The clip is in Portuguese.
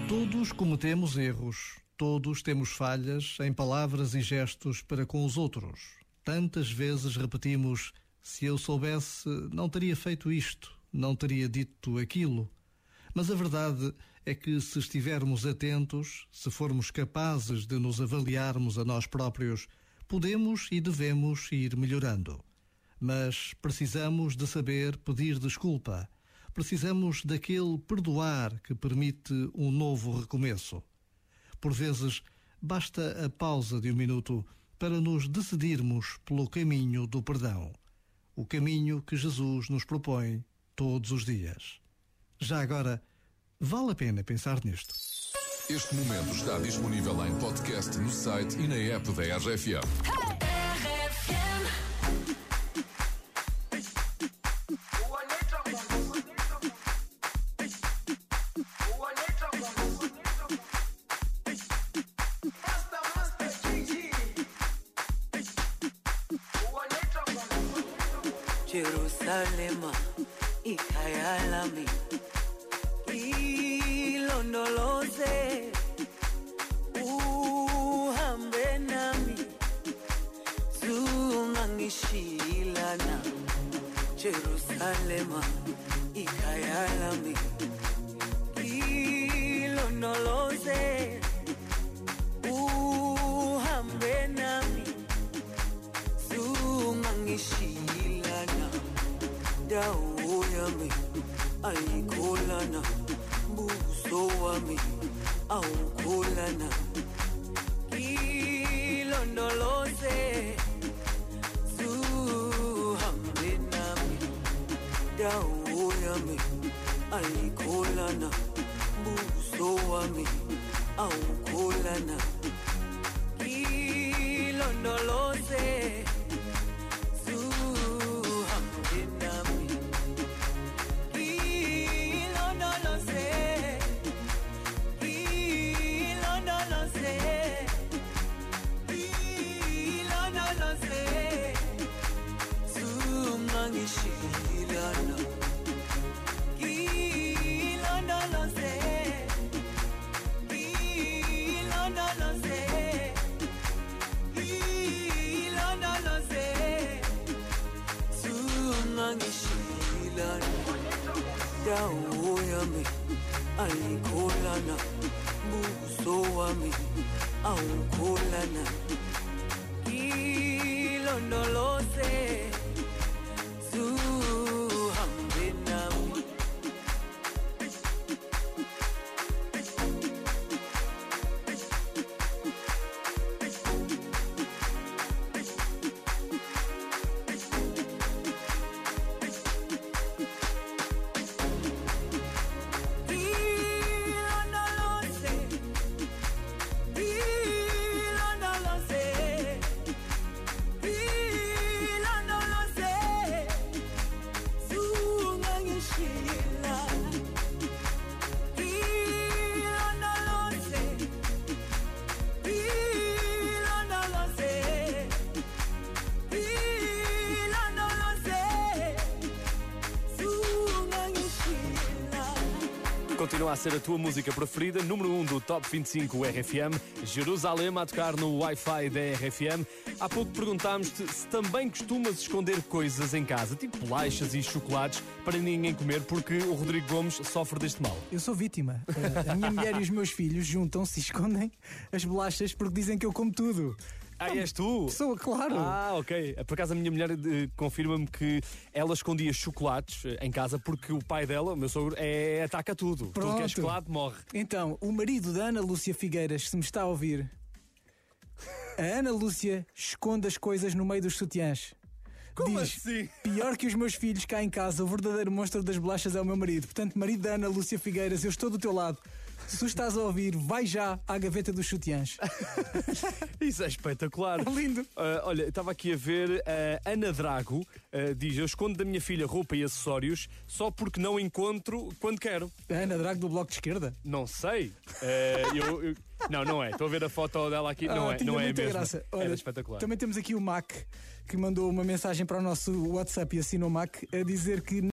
Todos cometemos erros, todos temos falhas em palavras e gestos para com os outros. Tantas vezes repetimos: se eu soubesse, não teria feito isto, não teria dito aquilo. Mas a verdade é que, se estivermos atentos, se formos capazes de nos avaliarmos a nós próprios, podemos e devemos ir melhorando. Mas precisamos de saber pedir desculpa. Precisamos daquele perdoar que permite um novo recomeço. Por vezes, basta a pausa de um minuto para nos decidirmos pelo caminho do perdão. O caminho que Jesus nos propõe todos os dias. Já agora, vale a pena pensar nisto. Este momento está disponível em podcast no site e na app da RFM. Jerusalema, ikhaya lami, ilondoloze, uhambe nami, zungangishilana. Jerusalema, ikhaya lami, ilondoloze, uhambe nami, zungangishilana. Dawo yami ayikholana, buso wami awukholana. Ilondoloze, zuhambe nami. Dawo yami ayikholana, buso wami awukholana. Ilondoloze, Shilana, ilondoloze, ilondoloze, ilondoloze, zungangishilana. Dawo yami ayikholana, buso wami awukholana. Ilondoloze, zuhambe nami. Continua a ser a tua música preferida, número 1 do Top 25 RFM, Jerusalema a tocar no Wi-Fi da RFM. Há pouco perguntámos-te se também costumas esconder coisas em casa, tipo bolachas e chocolates, para ninguém comer, porque o Rodrigo Gomes sofre deste mal. Eu sou vítima. A minha mulher e os meus filhos juntam-se e escondem as bolachas porque dizem que eu como tudo. Ah, és tu? Sou, claro. Ah, ok. Por acaso a minha mulher confirma-me que ela escondia chocolates em casa porque o pai dela, o meu sogro, ataca tudo. Pronto. Tudo que é chocolate morre. Então, o marido da Ana Lúcia Figueiras, se me está a ouvir, a Ana Lúcia esconde as coisas no meio dos sutiãs. Como Diz, assim? pior que os meus filhos cá em casa, o verdadeiro monstro das bolachas é o meu marido. Portanto, marido da Ana Lúcia Figueiras, eu estou do teu lado. Se tu estás a ouvir, vai já à gaveta dos sutiãs. Isso é espetacular. É lindo. Olha, estava aqui a ver, Ana Drago diz: eu escondo da minha filha roupa e acessórios só porque não encontro quando quero. A Ana Drago do Bloco de Esquerda? Não sei. Não é. Estou a ver a foto dela aqui. Não é muita mesmo. graça. Olha, era espetacular. Também temos aqui o Mac, que mandou uma mensagem para o nosso WhatsApp e assinou o Mac a dizer que